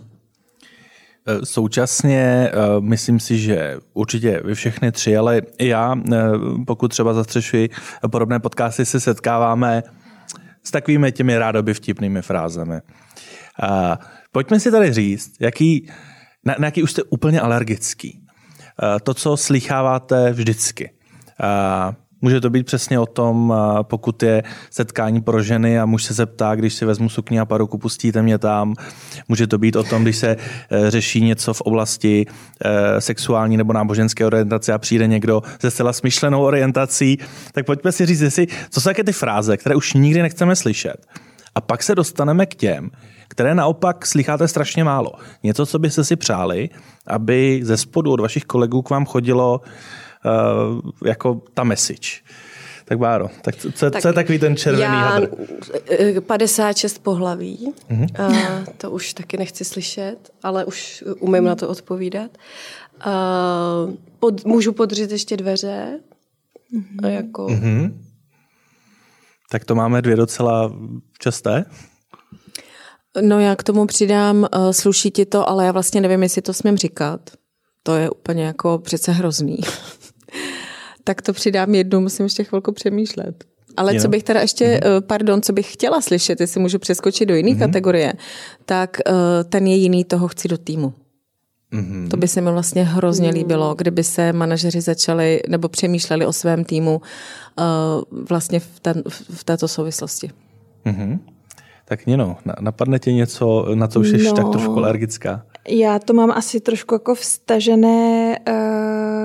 Současně myslím si, že určitě vy všechny tři, ale i já, pokud třeba zastřešuji podobné podcasty, se setkáváme s takovými těmi rádoby vtipnými frázemi. Pojďme si tady říct, jaký, na, na jaký už jste úplně alergický. To, co slýcháváte vždycky. Může to být přesně o tom, pokud je setkání pro ženy a muž se zeptá, když si vezmu sukni a paruku, pustíte mě tam. Může to být o tom, když se řeší něco v oblasti sexuální nebo náboženské orientace a přijde někdo se zcela smyšlenou orientací. Tak pojďme si říct, jestli, co jsou také ty fráze, které už nikdy nechceme slyšet. A pak se dostaneme k těm, které naopak slycháte strašně málo. Něco, co byste si přáli, aby ze spodu od vašich kolegů k vám chodilo Uh, jako ta message. Tak Báro, tak co, tak co je takový ten červený já, hadr? padesát šest pohlaví, uh-huh. uh, to už taky nechci slyšet, ale už umím na to odpovídat. Uh, pod, můžu podřít ještě dveře. Uh-huh. Jako... Uh-huh. Tak to máme dvě docela časté. No já k tomu přidám, uh, sluší ti to, ale já vlastně nevím, jestli to smím říkat. To je úplně jako přece hrozný. Tak to přidám jednu, musím ještě chvilku přemýšlet. Ale jo. Co bych teda ještě, mm-hmm. pardon, co bych chtěla slyšet, jestli můžu přeskočit do jiné mm-hmm. kategorie, tak ten je jiný, toho chci do týmu. Mm-hmm. To by se mi vlastně hrozně líbilo, kdyby se manažeři začali nebo přemýšleli o svém týmu vlastně v, ten, v této souvislosti. Mm-hmm. Tak Nino, napadne tě něco, na co už jsi no, tak trošku alergická? Já to mám asi trošku jako vztažené uh,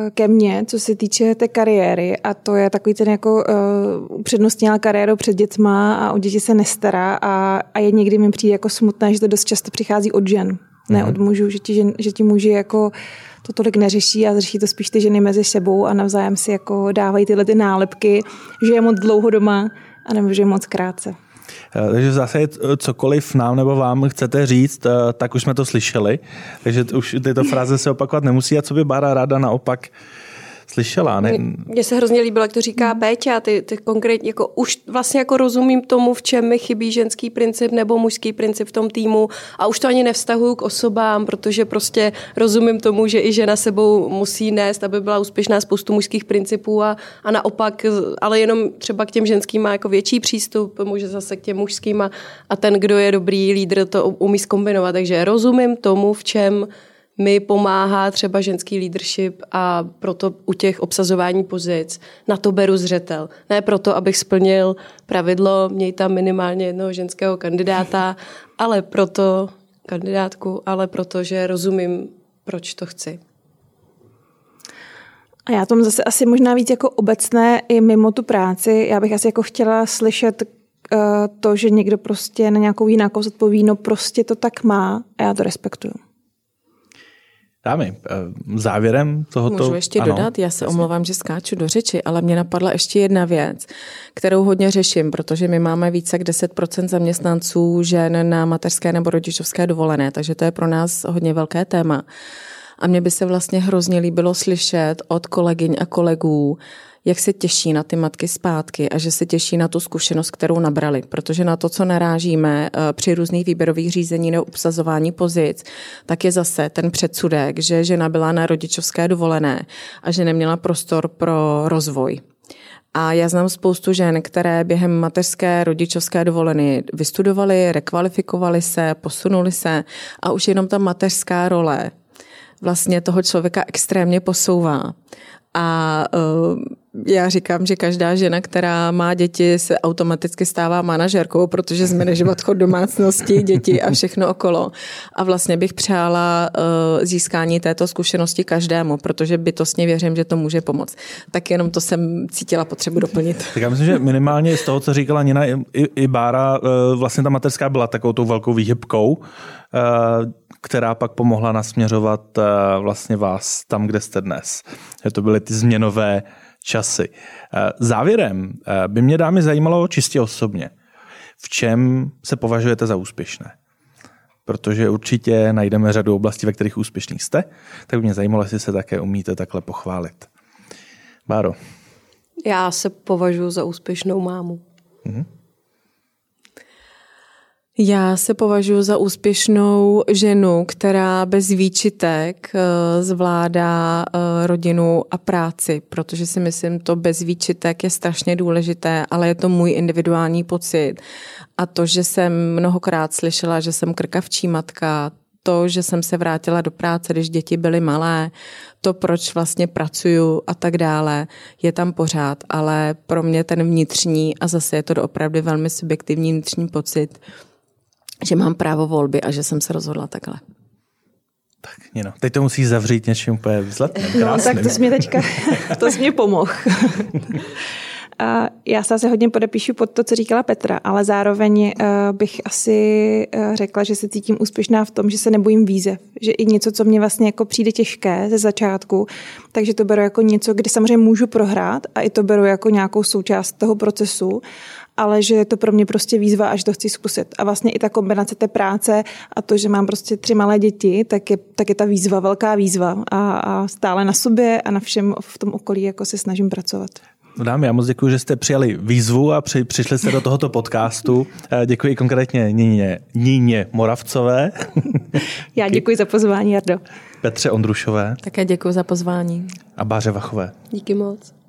ke mně, co se týče té kariéry, a to je takový ten jako uh, upřednostnila kariéru před dětma a o děti se nestará a, a je někdy mi přijde jako smutné, že to dost často přichází od žen, ne od mužů, že ti, žen, že ti muži jako to tolik neřeší a řeší to spíš ty ženy mezi sebou a navzájem si jako dávají tyhle ty nálepky, že je moc dlouho doma a nebo že je moc krátce. Takže zase cokoliv nám nebo vám chcete říct, tak už jsme to slyšeli. Takže už tyto fráze se opakovat nemusí. A co by Bára ráda naopak slyšela? Ne? Mně se hrozně líbilo, jak to říká Péťa. Ty, ty konkrétně jako už vlastně jako rozumím tomu, v čem mi chybí ženský princip nebo mužský princip v tom týmu a už to ani nevztahuju k osobám, protože prostě rozumím tomu, že i žena sebou musí nést, aby byla úspěšná, spoustu mužských principů a, a naopak, ale jenom třeba k těm ženským má jako větší přístup, může zase k těm mužským a, a ten, kdo je dobrý lídr, to umí zkombinovat. Takže rozumím tomu, v čem mi pomáhá třeba ženský leadership a proto u těch obsazování pozic na to beru zřetel. Ne proto, abych splnil pravidlo, měj tam minimálně jednoho ženského kandidáta, ale proto, kandidátku, ale proto, že rozumím, proč to chci. A já tom zase asi možná víc jako obecné i mimo tu práci. Já bych asi jako chtěla slyšet uh, to, že někdo prostě na nějakou jinákost odpoví, no prostě to tak má a já to respektuju. Dámy, závěrem tohoto... Můžu ještě ano, dodat? Já se jasně. omlouvám, že skáču do řeči, ale mě napadla ještě jedna věc, kterou hodně řeším, protože my máme více jak deset procent zaměstnanců žen na mateřské nebo rodičovské dovolené, takže to je pro nás hodně velké téma. A mně by se vlastně hrozně líbilo slyšet od kolegyň a kolegů, jak se těší na ty matky zpátky a že se těší na tu zkušenost, kterou nabrali. Protože na to, co narážíme při různých výběrových řízení nebo obsazování pozic, tak je zase ten předsudek, že žena byla na rodičovské dovolené a že neměla prostor pro rozvoj. A já znám spoustu žen, které během mateřské rodičovské dovolené vystudovaly, rekvalifikovaly se, posunuli se a už jenom ta mateřská role vlastně toho člověka extrémně posouvá. A uh, já říkám, že každá žena, která má děti, se automaticky stává manažerkou, protože zmanažovat chod domácnosti, děti a všechno okolo. A vlastně bych přála uh, získání této zkušenosti každému, protože bytostně věřím, že to může pomoct. Tak jenom to jsem cítila potřebu doplnit. Tak já myslím, že minimálně z toho, co říkala Nina i, i Bára, uh, vlastně ta mateřská byla takovou tou velkou výhybkou, uh, která pak pomohla nasměřovat uh, vlastně vás tam, kde jste dnes. Že to byly ty změnové časy. Závěrem by mě, dámy, zajímalo čistě osobně. V čem se považujete za úspěšné? Protože určitě najdeme řadu oblastí, ve kterých úspěšný jste, tak by mě zajímalo, jestli se také umíte takhle pochválit. Báro. Já se považuji za úspěšnou mámu. Mhm. Já se považuji za úspěšnou ženu, která bez výčitek zvládá rodinu a práci, protože si myslím, to bez výčitek je strašně důležité, ale je to můj individuální pocit. A to, že jsem mnohokrát slyšela, že jsem krkavčí matka, to, že jsem se vrátila do práce, když děti byly malé, to, proč vlastně pracuju a tak dále, je tam pořád, ale pro mě ten vnitřní, a zase je to opravdu velmi subjektivní vnitřní pocit, že mám právo volby a že jsem se rozhodla takhle. Tak, Nino, teď to musíš zavřít něčím úplně vzletným, krásným. No, tak to jsi mě teďka, to jsi mě pomohl. Já se asi hodně podepíšu pod to, co říkala Petra, ale zároveň bych asi řekla, že se cítím úspěšná v tom, že se nebojím výzev. Že i něco, co mě vlastně jako přijde těžké ze začátku, takže to beru jako něco, kde samozřejmě můžu prohrát a i to beru jako nějakou součást toho procesu, ale že je to pro mě prostě výzva, až to chci zkusit. A vlastně i ta kombinace té práce a to, že mám prostě tři malé děti, tak je, tak je ta výzva, velká výzva a, a stále na sobě a na všem v tom okolí jako se snažím pracovat. Dámy, já moc děkuji, že jste přijali výzvu a při, přišli jste do tohoto podcastu. Děkuji konkrétně Nině, Nině Moravcové. Já děkuji za pozvání, Jardo. Petře Ondrušové. Také děkuji za pozvání. A Báře Vachové. Díky moc.